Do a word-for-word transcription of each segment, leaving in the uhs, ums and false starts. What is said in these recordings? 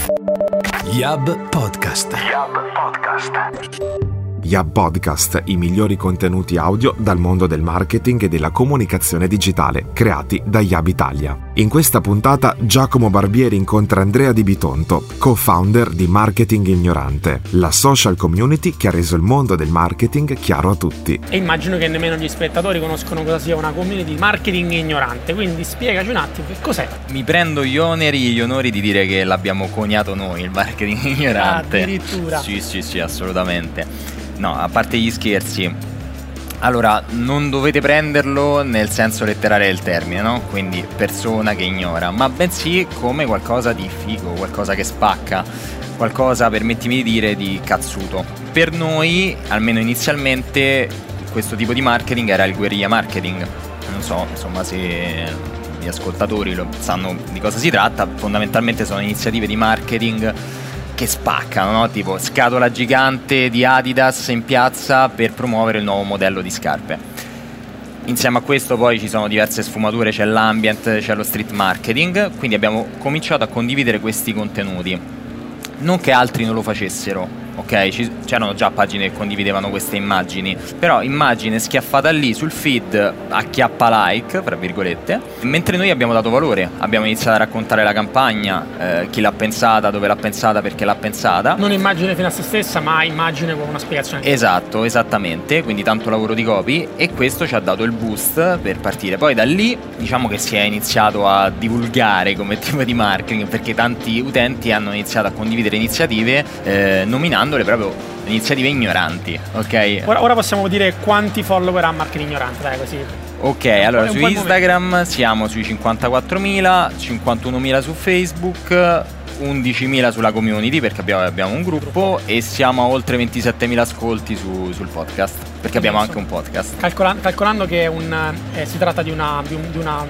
Yab Podcast. Yab Podcast. Yab Podcast, i migliori contenuti audio dal mondo del marketing e della comunicazione digitale, creati da Yab Italia. In questa puntata Giacomo Barbieri incontra Andrea Di Bitonto, co-founder di Marketing Ignorante, la social community che ha reso il mondo del marketing chiaro a tutti. E immagino che nemmeno gli spettatori conoscono cosa sia una community di marketing ignorante, quindi spiegaci un attimo che cos'è. Mi prendo gli oneri, gli onori di dire che l'abbiamo coniato noi, il marketing ignorante. Addirittura. Sì, sì, sì, assolutamente. No, a parte gli scherzi, allora non dovete prenderlo nel senso letterale del termine, no? Quindi persona che ignora, ma bensì come qualcosa di figo, qualcosa che spacca, qualcosa, permettimi di dire, di cazzuto. Per noi, almeno inizialmente, questo tipo di marketing era il guerriglia marketing. Non so, insomma, se gli ascoltatori lo sanno di cosa si tratta. Fondamentalmente sono iniziative di marketing che spaccano, no? Tipo scatola gigante di Adidas in piazza per promuovere il nuovo modello di scarpe. Insieme a questo poi ci sono diverse sfumature, c'è l'ambient, c'è lo street marketing, quindi abbiamo cominciato a condividere questi contenuti. Non che altri non lo facessero, ok? Ci, c'erano già pagine che condividevano queste immagini, però immagine schiaffata lì sul feed a chiappa like, tra virgolette, mentre noi abbiamo dato valore, abbiamo iniziato a raccontare la campagna, eh, chi l'ha pensata, dove l'ha pensata, perché l'ha pensata. Non immagine fino a se stessa, ma immagine con una spiegazione. Esatto, esattamente, quindi tanto lavoro di copy, e questo ci ha dato il boost per partire. Poi da lì diciamo che si è iniziato a divulgare come tipo di marketing, perché tanti utenti hanno iniziato a condividere iniziative eh, nominandole proprio iniziative ignoranti, ok? Ora, ora possiamo dire quanti follower ha Marketing Ignorante, dai, così. Ok, allora su Instagram siamo sui cinquantaquattromila, cinquantunomila su Facebook, undicimila sulla community perché abbiamo, abbiamo un gruppo, e siamo a oltre ventisettemila ascolti su, sul podcast, perché abbiamo anche un podcast. Calcola, calcolando che è un, eh, si tratta di una, di, un, di, una,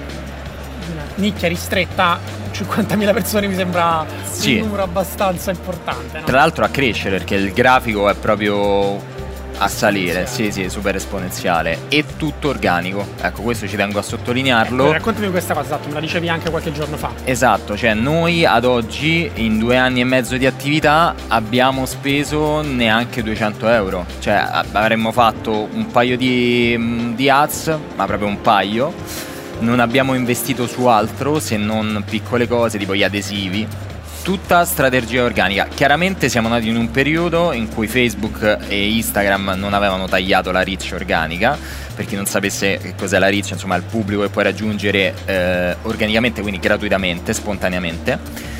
di una nicchia ristretta, cinquantamila persone mi sembra sì. un numero abbastanza importante, no? Tra l'altro a crescere, perché il grafico è proprio a salire, sì sì, super esponenziale, e tutto organico. Ecco, questo ci tengo a sottolinearlo. Ecco, raccontami questa cosa, esatto, me la dicevi anche qualche giorno fa. Esatto, cioè noi ad oggi in due anni e mezzo di attività abbiamo speso neanche duecento euro. Cioè avremmo fatto un paio di, di ads, ma proprio un paio. Non abbiamo investito su altro se non piccole cose tipo gli adesivi. Tutta strategia organica. Chiaramente siamo nati in un periodo in cui Facebook e Instagram non avevano tagliato la reach organica. Per chi non sapesse che cos'è la reach, insomma, è il pubblico che puoi raggiungere eh, organicamente, quindi gratuitamente, spontaneamente.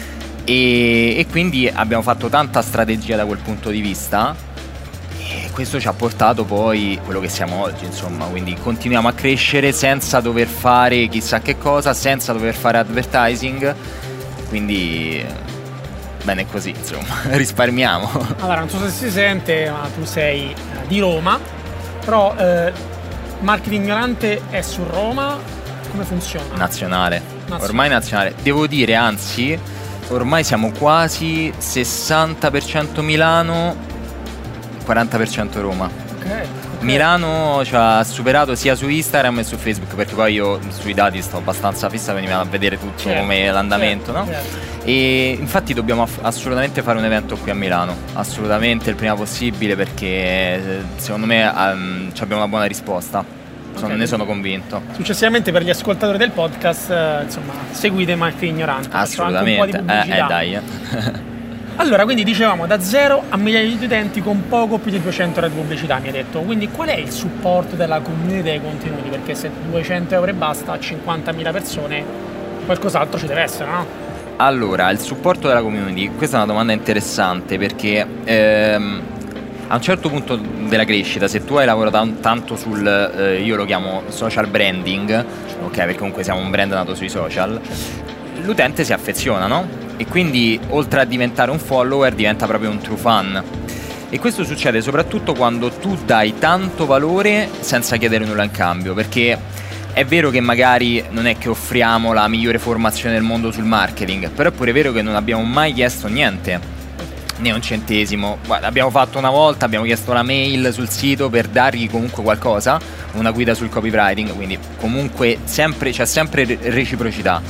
E, e quindi abbiamo fatto tanta strategia da quel punto di vista, e questo ci ha portato poi quello che siamo oggi, insomma. Quindi continuiamo a crescere senza dover fare chissà che cosa, senza dover fare advertising. Quindi bene così, insomma, risparmiamo. Allora, non so se si sente, ma tu sei eh, di Roma, però eh, Marketing Ignorante è su Roma, come funziona? Nazionale. Nazionale, ormai nazionale. Devo dire, anzi, ormai siamo quasi sessanta per cento Milano, quaranta per cento Roma. Ok. okay. Milano ci ha superato sia su Instagram e su Facebook, perché poi io sui dati sto abbastanza fissato, quindi a vedere tutto, certo, come l'andamento, certo, no? Certo. E infatti dobbiamo aff- assolutamente fare un evento qui a Milano, assolutamente il prima possibile, perché secondo me um, abbiamo una buona risposta. Sono, okay. Ne sono convinto. Successivamente, per gli ascoltatori del podcast, eh, insomma, seguite Marketing Ignorante. Assolutamente, un po' di pubblicità. eh, eh dai eh. Allora, quindi dicevamo da zero a migliaia di utenti con poco più di duecento euro di pubblicità, mi hai detto. Quindi qual è il supporto della community dei contenuti? Perché se duecento euro e basta a cinquantamila persone, qualcos'altro ci deve essere, no? Allora, il supporto della community, questa è una domanda interessante, perché ehm, a un certo punto della crescita, se tu hai lavorato tanto sul, eh, io lo chiamo social branding, ok, perché comunque siamo un brand nato sui social, l'utente si affeziona, no? E quindi oltre a diventare un follower diventa proprio un true fan. E questo succede soprattutto quando tu dai tanto valore senza chiedere nulla in cambio, perché è vero che magari non è che offriamo la migliore formazione del mondo sul marketing, però è pure vero che non abbiamo mai chiesto niente, né un centesimo. Guarda, abbiamo fatto una volta, abbiamo chiesto la mail sul sito per dargli comunque qualcosa, una guida sul copywriting, quindi comunque sempre, c'è sempre reciprocità.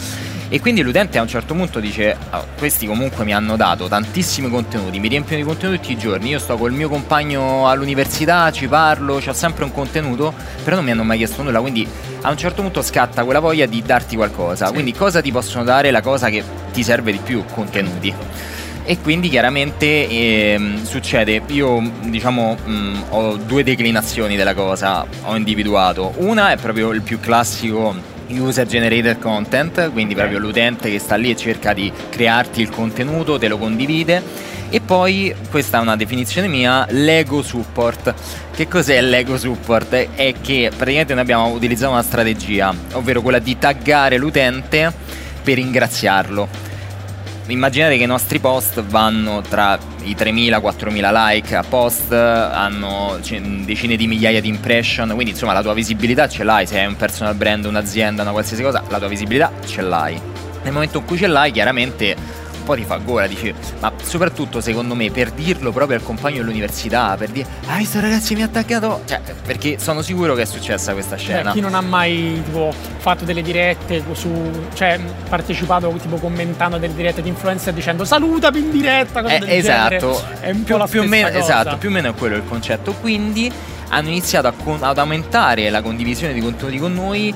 E quindi l'utente a un certo punto dice: oh, questi comunque mi hanno dato tantissimi contenuti, mi riempiono di contenuti tutti i giorni, io sto col mio compagno all'università, ci parlo, c'ho sempre un contenuto, però non mi hanno mai chiesto nulla. Quindi a un certo punto scatta quella voglia di darti qualcosa. Sì. Quindi cosa ti possono dare? La cosa che ti serve di più: contenuti. E quindi chiaramente ehm, succede, io diciamo mh, ho due declinazioni della cosa, ho individuato. Una è proprio il più classico user generated content, quindi proprio l'utente che sta lì e cerca di crearti il contenuto, te lo condivide. E poi, questa è una definizione mia, l'ego support. Che cos'è l'ego support? È che praticamente noi abbiamo utilizzato una strategia, ovvero quella di taggare l'utente per ringraziarlo. Immaginate che i nostri post vanno tra i tremila quattromila like a post, hanno decine di migliaia di impression, quindi insomma la tua visibilità ce l'hai. Se hai un personal brand, un'azienda, una qualsiasi cosa, la tua visibilità ce l'hai. Nel momento in cui ce l'hai, chiaramente un po' ti fa gola, dici, ma soprattutto secondo me per dirlo proprio al compagno dell'università, per dire ah, questo ragazzi mi ha attaccato, cioè, perché sono sicuro che è successa questa scena. Beh, chi non ha mai tipo fatto delle dirette su, cioè partecipato tipo commentando delle dirette di influencer dicendo salutami in diretta, cosa eh, del esatto, genere. È un po' più, la più stessa meno, cosa. Esatto, più o meno è quello il concetto. Quindi hanno iniziato a con, ad aumentare la condivisione di contenuti con noi,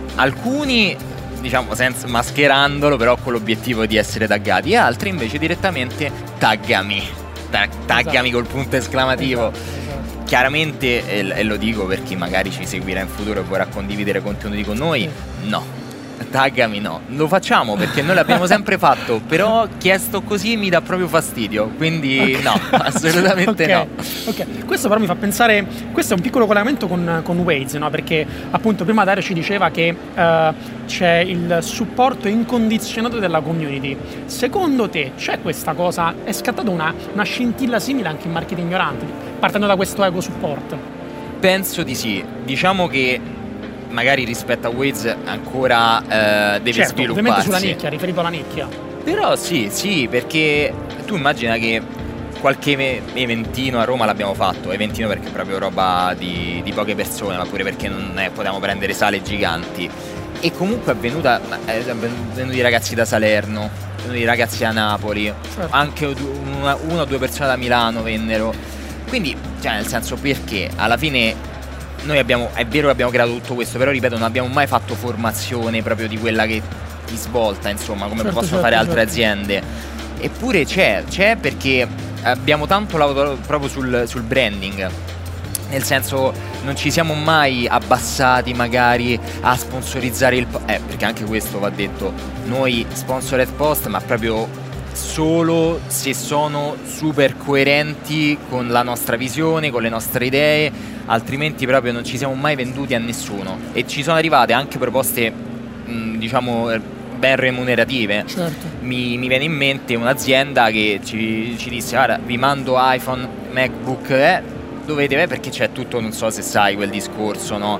alcuni diciamo senza, mascherandolo però con l'obiettivo di essere taggati, e altri invece direttamente taggami, Ta- taggami esatto. Col punto esclamativo. Esatto, esatto. Chiaramente, e, e lo dico per chi magari ci seguirà in futuro e vorrà condividere contenuti con noi, no, taggami no, lo facciamo perché noi l'abbiamo sempre fatto, però chiesto così mi dà proprio fastidio, quindi okay. No, assolutamente okay. no. Ok, questo però mi fa pensare, questo è un piccolo collegamento con, con Waze, no? Perché appunto prima Dario ci diceva che uh, c'è il supporto incondizionato della community. Secondo te c'è questa cosa, è scattata una, una scintilla simile anche in marketing ignoranti, partendo da questo ego support? Penso di sì, diciamo che magari rispetto a Waze ancora eh, deve certo, svilupparsi. Ovviamente sulla nicchia, riferito alla nicchia. Però sì, sì, perché tu immagina che qualche eventino a Roma l'abbiamo fatto, eventino perché è proprio roba di, di poche persone, ma pure perché non è, potevamo prendere sale giganti. E comunque è venuta, è venuti ragazzi da Salerno, venuti ragazzi da Napoli, certo. Anche una, una o due persone da Milano vennero. Quindi, cioè nel senso, perché alla fine noi abbiamo, è vero che abbiamo creato tutto questo, però ripeto, non abbiamo mai fatto formazione proprio di quella che ti svolta, insomma, come certo, possono certo, fare altre certo. aziende. Eppure c'è, c'è perché abbiamo tanto lavorato proprio sul, sul branding. Nel senso, non ci siamo mai abbassati magari a sponsorizzare il eh, perché anche questo va detto, noi sponsored post, ma proprio solo se sono super coerenti con la nostra visione, con le nostre idee, altrimenti proprio non ci siamo mai venduti a nessuno. E ci sono arrivate anche proposte mh, diciamo ben remunerative. Certo. Mi, mi viene in mente un'azienda che ci, ci disse guarda, vi mando iPhone, MacBook, eh, dovete eh, perché c'è tutto, non so se sai quel discorso, no?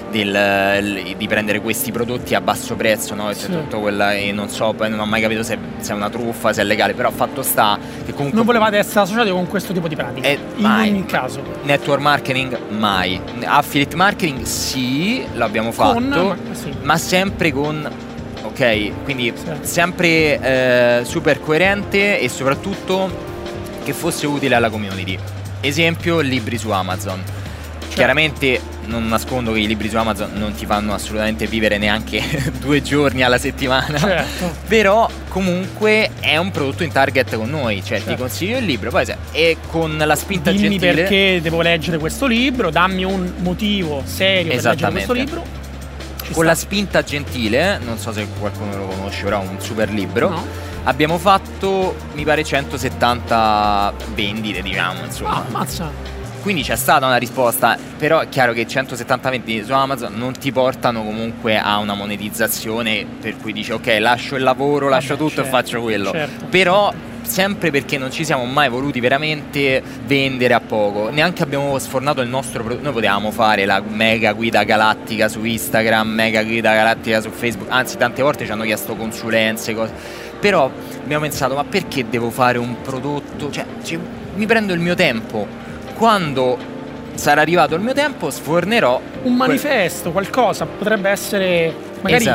Del, di prendere questi prodotti a basso prezzo, no? Sì. Tutto quella, e non so, poi non ho mai capito se, se è una truffa, se è legale, però fatto sta che comunque non volevate essere associati con questo tipo di pratiche, eh, in mai. Ogni caso. Network marketing mai, affiliate marketing sì, l'abbiamo fatto, con, ma, sì. ma sempre con ok, quindi sì. sempre eh, super coerente e soprattutto che fosse utile alla community. Esempio, libri su Amazon. Certo. Chiaramente non nascondo che i libri su Amazon non ti fanno assolutamente vivere neanche due giorni alla settimana, certo. Però comunque è un prodotto in target con noi, cioè certo. ti consiglio il libro, poi se, e con la spinta dimmi gentile perché devo leggere questo libro, dammi un motivo serio per leggere questo libro. Ci con sta. La spinta gentile, non so se qualcuno lo conosce, però è un super libro. No. Abbiamo fatto mi pare centosettanta vendite, diciamo, insomma. Ah, ammazza. Quindi c'è stata una risposta, però è chiaro che centosettanta vendite su Amazon non ti portano comunque a una monetizzazione per cui dici ok, lascio il lavoro, lascio Vabbè, tutto certo, e faccio quello. Certo. Però sempre perché non ci siamo mai voluti veramente vendere a poco, neanche abbiamo sfornato il nostro prodotto. Noi potevamo fare la mega guida galattica su Instagram, mega guida galattica su Facebook, anzi tante volte ci hanno chiesto consulenze, cose. Però abbiamo pensato, ma perché devo fare un prodotto? Cioè, cioè mi prendo il mio tempo. Quando sarà arrivato il mio tempo sfornerò un manifesto, qualcosa, potrebbe essere magari esatto.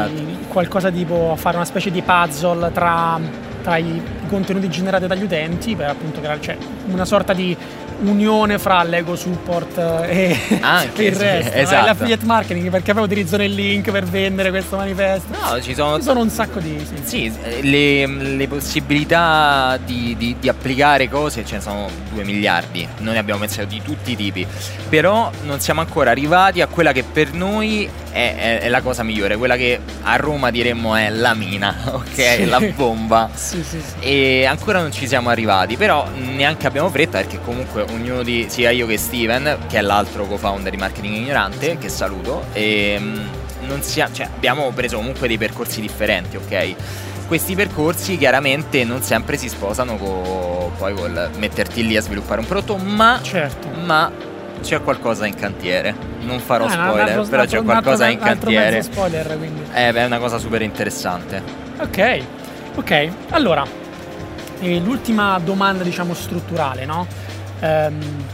qualcosa tipo fare una specie di puzzle tra, tra i contenuti generati dagli utenti per appunto creare, cioè una sorta di unione fra l'ego support e, Anche, e il sì, resto, esatto. no? L'affiliate marketing, perché poi utilizzano il link per vendere questo manifesto. No, ci sono, ci sono un sacco di sì. Sì, le, le possibilità di, di, di applicare cose ce ne sono due miliardi, noi ne abbiamo pensato di tutti i tipi, però non siamo ancora arrivati a quella che per noi è, è, è la cosa migliore, quella che a Roma diremmo è la mina, ok? Sì. La bomba. Sì, sì, sì. E ancora non ci siamo arrivati, però neanche abbiamo fretta, perché comunque ognuno di, sia io che Steven, che è l'altro co-founder di Marketing Ignorante, che saluto, e non sia, cioè, abbiamo preso comunque dei percorsi differenti, ok? Questi percorsi chiaramente non sempre si sposano co, poi col metterti lì a sviluppare un prodotto, ma, Certo. ma c'è qualcosa in cantiere. Non farò Ah, spoiler, un altro- però c'è un qualcosa altro- in un altro cantiere. mezzo spoiler, quindi. Eh, beh, è una cosa super interessante. Ok, ok. Allora, eh, l'ultima domanda, diciamo, strutturale, no? Ehm,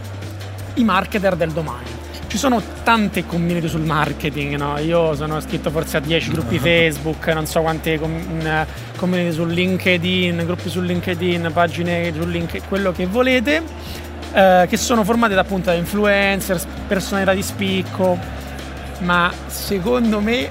I marketer del domani. Ci sono tante community sul marketing, no? Io sono iscritto forse a dieci gruppi Facebook, non so quante com- community su LinkedIn, gruppi su LinkedIn, pagine su LinkedIn, quello che volete, eh, che sono formate da, appunto, da influencer, personalità di spicco, ma secondo me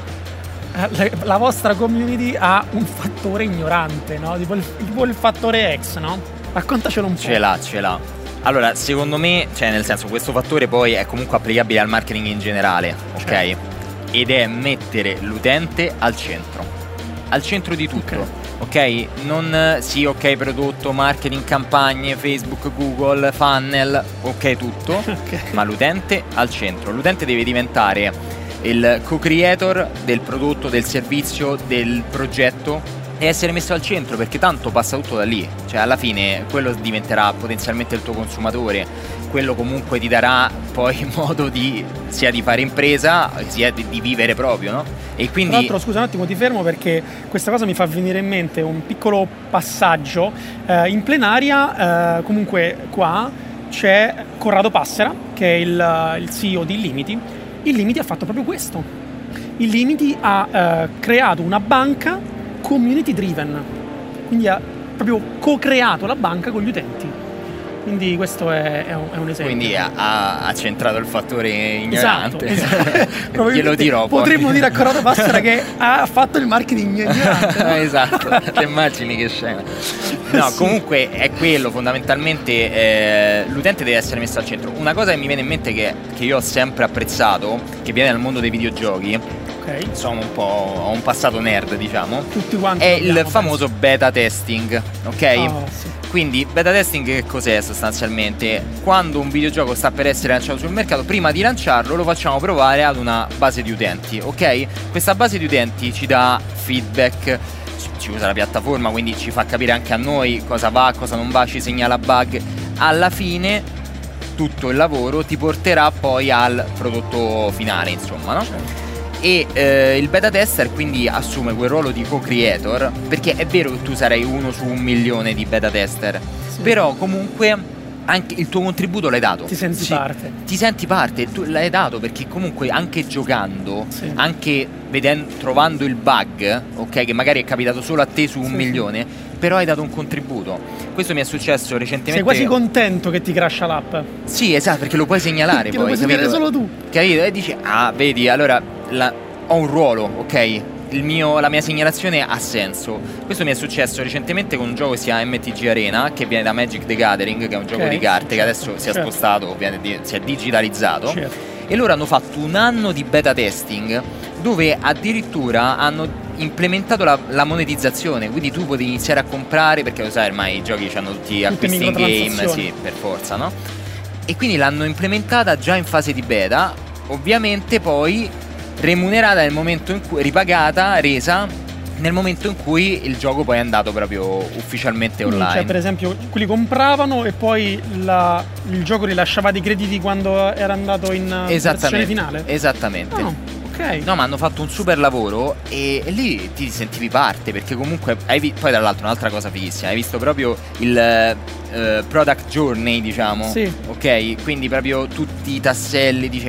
la, la vostra community ha un fattore ignorante, no? Tipo il, tipo il fattore X, no? Raccontacelo un po'. Ce l'ha, ce l'ha. Allora, secondo me, cioè nel senso, questo fattore poi è comunque applicabile al marketing in generale, ok? Certo. Ed è mettere l'utente al centro, al centro di tutto, ok? Non sì, ok, prodotto, marketing, campagne, Facebook, Google, funnel, ok, tutto, Ok. ma l'utente al centro. L'utente deve diventare il co-creator del prodotto, del servizio, del progetto, e essere messo al centro, perché tanto passa tutto da lì. Cioè alla fine quello diventerà potenzialmente il tuo consumatore, quello comunque ti darà poi modo di sia di fare impresa sia di, di vivere proprio, no? E quindi Tra l'altro, scusa un attimo, ti fermo perché questa cosa mi fa venire in mente un piccolo passaggio. Eh, in plenaria, eh, comunque qua c'è Corrado Passera, che è il, il C E O di Illimity. Illimity ha fatto proprio questo. Illimity ha eh, creato una banca community driven, quindi ha proprio co-creato la banca con gli utenti. Quindi questo è, è, un, è un esempio. quindi ha, ha- ha centrato il fattore Esatto, ignorante. esatto. Glielo Probabilmente dirò poi. potremmo dire a Corrado Passera che ha fatto il marketing ignorante, no? Esatto, ti immagini che scena. No, Sì. comunque è quello, fondamentalmente eh, l'utente deve essere messo al centro. Una cosa che mi viene in mente che, che io ho sempre apprezzato, che viene dal mondo dei videogiochi, Ok. sono un po', ho un passato nerd, diciamo, Tutti quanti è l'abbiamo, il famoso beta testing, ok? Oh, sì. Quindi beta testing che cos'è sostanzialmente? Quando un videogioco sta per essere lanciato sul mercato, prima di lanciarlo lo facciamo provare ad una base di utenti, ok? Questa base di utenti ci dà feedback, ci, ci usa la piattaforma, quindi ci fa capire anche a noi cosa va, cosa non va, ci segnala bug. Alla fine tutto il lavoro ti porterà poi al prodotto finale, insomma, no? E eh, il beta tester quindi assume quel ruolo di co-creator, perché è vero che tu sarai uno su un milione di beta tester, Sì. però comunque anche il tuo contributo l'hai dato. Ti senti Sì, parte. Ti senti parte, tu l'hai dato, perché comunque anche giocando, Sì. anche vedendo, trovando il bug, ok, che magari è capitato solo a te su un Sì, milione, però hai dato un contributo. Questo mi è successo recentemente. Sei quasi contento che ti crasha l'app. Sì, esatto, perché lo puoi segnalare Ti poi, lo puoi segnalare capito? solo tu. Capito? E dici, ah, vedi, allora la- ho un ruolo, ok? Il mio, la mia segnalazione ha senso. Questo mi è successo recentemente con un gioco che si chiama M T G Arena, che viene da Magic the Gathering, che è un gioco Ok, di carte che certo, adesso si è certo. spostato, viene di- si è digitalizzato. Certo. E loro hanno fatto un anno di beta testing dove addirittura hanno implementato la, la monetizzazione, quindi tu potevi iniziare a comprare, perché lo sai ormai i giochi hanno tutti acquisti in game, microtransazioni. sì, per forza, no? E quindi l'hanno implementata già in fase di beta, ovviamente poi remunerata nel momento in cui, ripagata, resa nel momento in cui il gioco poi è andato proprio ufficialmente Quindi, online. cioè, per esempio, quelli compravano e poi la- il gioco rilasciava dei crediti quando era andato in uh, versione Esattamente. finale? Esattamente. Oh, ok. No, ma hanno fatto un super lavoro e, e lì ti sentivi parte, perché comunque hai vi- poi tra l'altro un'altra cosa fighissima, hai visto proprio il eh, product journey, diciamo. Sì. Ok, quindi proprio tutti i tasselli, dice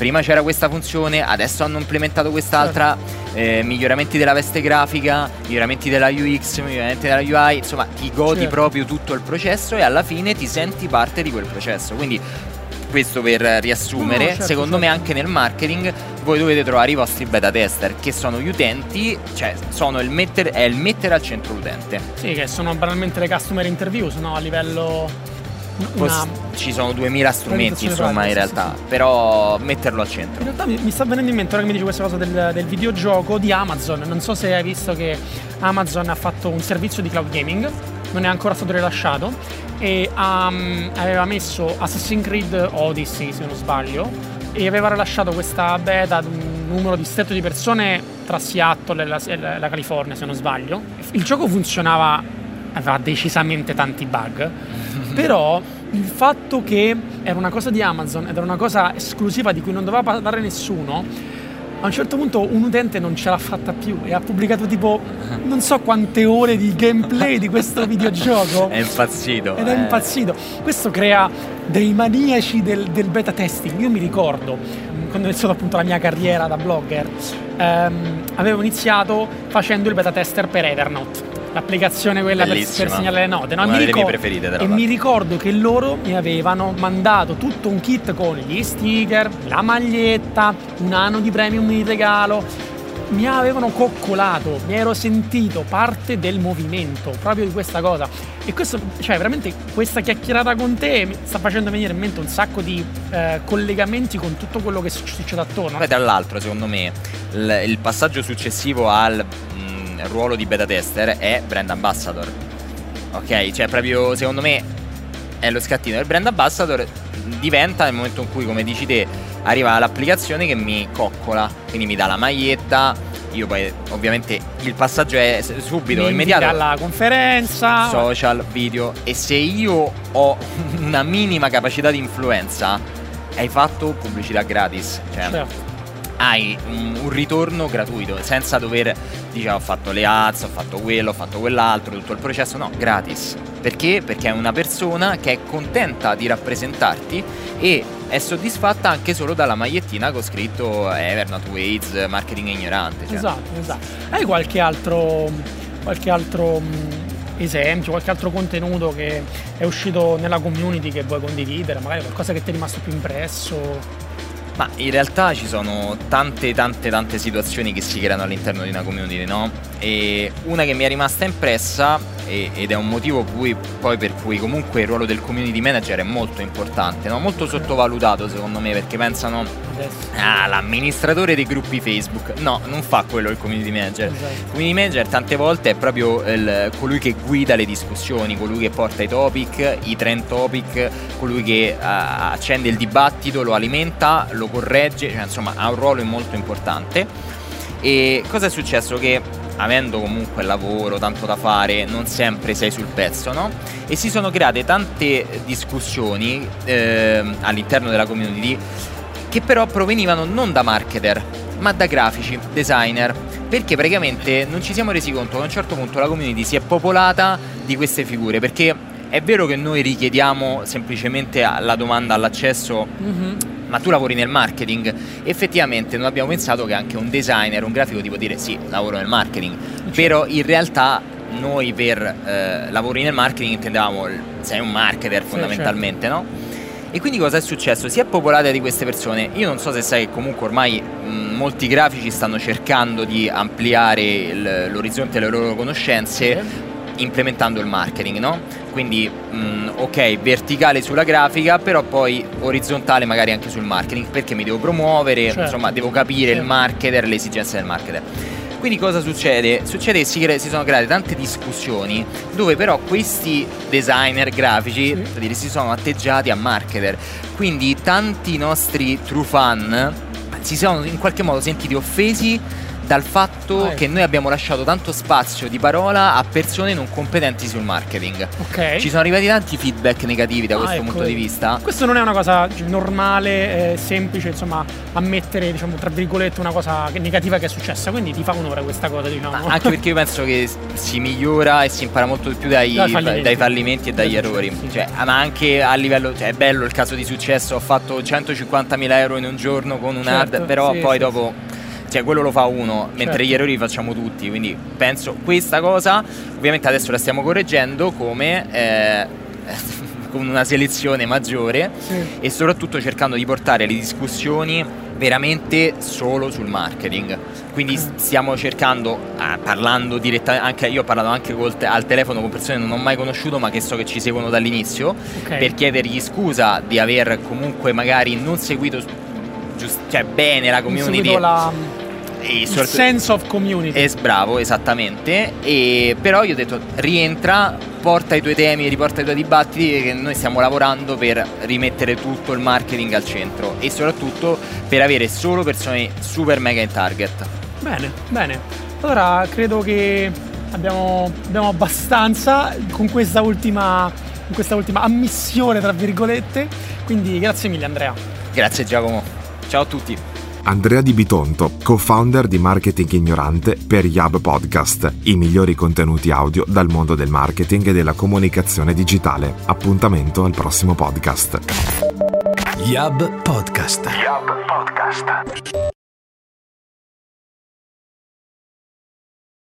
prima c'era questa funzione, adesso hanno implementato quest'altra, eh, miglioramenti della veste grafica, miglioramenti della U X, miglioramenti della U I, insomma ti godi certo. proprio tutto il processo e alla fine ti senti parte di quel processo. Quindi questo per riassumere, no, certo, secondo certo. me anche nel marketing voi dovete trovare i vostri beta tester, che sono gli utenti, cioè sono il mettere, è il mettere al centro l'utente. Sì, che sono banalmente le customer interviews, no? A livello una... Ci sono duemila strumenti insomma in sì, realtà, sì, sì. però metterlo al centro. In realtà mi, mi sta venendo in mente, ora che mi dici questa cosa del, del videogioco di Amazon, non so se hai visto che Amazon ha fatto un servizio di cloud gaming, non è ancora stato rilasciato, e um, aveva messo Assassin's Creed Odyssey, se non sbaglio, e aveva rilasciato questa beta ad un numero ristretto di persone tra Seattle e la, e la California, se non sbaglio. Il gioco funzionava, aveva decisamente tanti bug, però il fatto che era una cosa di Amazon ed era una cosa esclusiva di cui non doveva parlare nessuno, a un certo punto un utente non ce l'ha fatta più e ha pubblicato tipo non so quante ore di gameplay di questo videogioco. È impazzito. Ed è eh. impazzito. Questo crea dei maniaci del, del beta testing. Io mi ricordo, quando ho iniziato appunto la mia carriera da blogger, ehm, avevo iniziato facendo il beta tester per Evernote, l'applicazione quella per, per segnalare le note, no? Una mi delle ricordo, mie preferite, e mi ricordo che loro mi avevano mandato tutto un kit con gli sticker, la maglietta, un anno di premium in regalo. Mi avevano coccolato, mi ero sentito parte del movimento proprio di questa cosa, e questo, cioè veramente questa chiacchierata con te mi sta facendo venire in mente un sacco di eh, collegamenti con tutto quello che succede attorno. Poi tra l'altro secondo me il, il passaggio successivo al mh, ruolo di beta tester è brand ambassador, ok? Cioè proprio secondo me è lo scattino. Il brand ambassador diventa nel momento in cui, come dici te, arriva l'applicazione che mi coccola, quindi mi dà la maglietta. Io poi ovviamente il passaggio è subito, mi immediato, alla conferenza, social, video. E se io ho una minima capacità di influenza, hai fatto pubblicità gratis, cioè certo. hai un, un ritorno gratuito, senza dover dire ho fatto le ads, ho fatto quello, ho fatto quell'altro, tutto il processo. No, gratis. Perché? Perché è una persona che è contenta di rappresentarti e è soddisfatta anche solo dalla magliettina con scritto Evernote Waze, marketing ignorante, cioè. Esatto, esatto. Hai qualche altro qualche altro mh, esempio, qualche altro contenuto che è uscito nella community che vuoi condividere, magari qualcosa che ti è rimasto più impresso? Ma in realtà ci sono tante tante tante situazioni che si creano all'interno di una community, no? E una che mi è rimasta impressa, e, ed è un motivo cui, poi per cui comunque il ruolo del community manager è molto importante, no? Molto sottovalutato secondo me, perché pensano ah, l'amministratore dei gruppi Facebook. No, non fa quello il community manager. Esatto. Il community manager tante volte è proprio il, colui che guida le discussioni, colui che porta i topic, i trend topic, colui che uh, accende il dibattito, lo alimenta, lo corregge, cioè insomma ha un ruolo molto importante. E cosa è successo? Che avendo comunque lavoro, tanto da fare, non sempre sei sul pezzo, no? E si sono create tante discussioni eh, all'interno della community che però provenivano non da marketer, ma da grafici, designer, perché praticamente non ci siamo resi conto che a un certo punto la community si è popolata di queste figure, perché è vero che noi richiediamo semplicemente la domanda all'accesso, mm-hmm. ma tu lavori nel marketing. Effettivamente noi abbiamo pensato che anche un designer, un grafico ti può dire sì, lavoro nel marketing, certo. Però in realtà noi per eh, lavori nel marketing intendevamo sei un marketer fondamentalmente, sì, certo. No? E quindi cosa è successo? Si è popolata di queste persone. Io non so se sai che comunque ormai mh, molti grafici stanno cercando di ampliare il, l'orizzonte delle loro conoscenze, sì. implementando il marketing, no? Quindi mh, ok, verticale sulla grafica, però poi orizzontale magari anche sul marketing, perché mi devo promuovere, certo. insomma devo capire, certo. il marketer, le esigenze del marketer. Quindi cosa succede? Succede che si, cre- si sono create tante discussioni dove però questi designer grafici sì. dire, si sono atteggiati a marketer. Quindi tanti nostri true fan si sono in qualche modo sentiti offesi dal fatto ah, che noi abbiamo lasciato tanto spazio di parola a persone non competenti sul marketing. Ok. Ci sono arrivati tanti feedback negativi da Ah, questo ecco, punto di vista. Questo non è una cosa normale, eh, semplice, insomma, ammettere, diciamo, tra virgolette, una cosa che- negativa che è successa, quindi ti fa onore questa cosa, diciamo. Anche perché io penso che si migliora e si impara molto di più dai, Dai fallimenti. dai fallimenti e dagli Dai errori. successi. Cioè, ma anche a livello, cioè, è bello il caso di successo, ho fatto centocinquantamila euro in un giorno con un Certo, ad, però sì, poi sì, dopo, cioè, quello lo fa uno, mentre Certo. gli errori li facciamo tutti. Quindi penso questa cosa, ovviamente adesso la stiamo correggendo come eh, con una selezione maggiore Sì. e soprattutto cercando di portare le discussioni veramente solo sul marketing. Quindi s- stiamo cercando, ah, parlando direttamente, anche io ho parlato anche col te- al telefono con persone che non ho mai conosciuto ma che so che ci seguono dall'inizio, Ok. per chiedergli scusa di aver comunque magari non seguito giust- cioè bene la Ho community seguito la, e il soprattutto- sense of community. Es bravo, esattamente. E però io ho detto rientra, porta i tuoi temi, riporta i tuoi dibattiti, che noi stiamo lavorando per rimettere tutto il marketing al centro e soprattutto per avere solo persone super mega in target. Bene, bene. Allora credo che abbiamo, abbiamo abbastanza con questa ultima con questa ultima ammissione, tra virgolette. Quindi grazie mille, Andrea. Grazie Giacomo, ciao a tutti. Andrea Di Bitonto, co-founder di Marketing Ignorante per Yab Podcast, i migliori contenuti audio dal mondo del marketing e della comunicazione digitale. Appuntamento al prossimo podcast. Yab Podcast. Yab Podcast.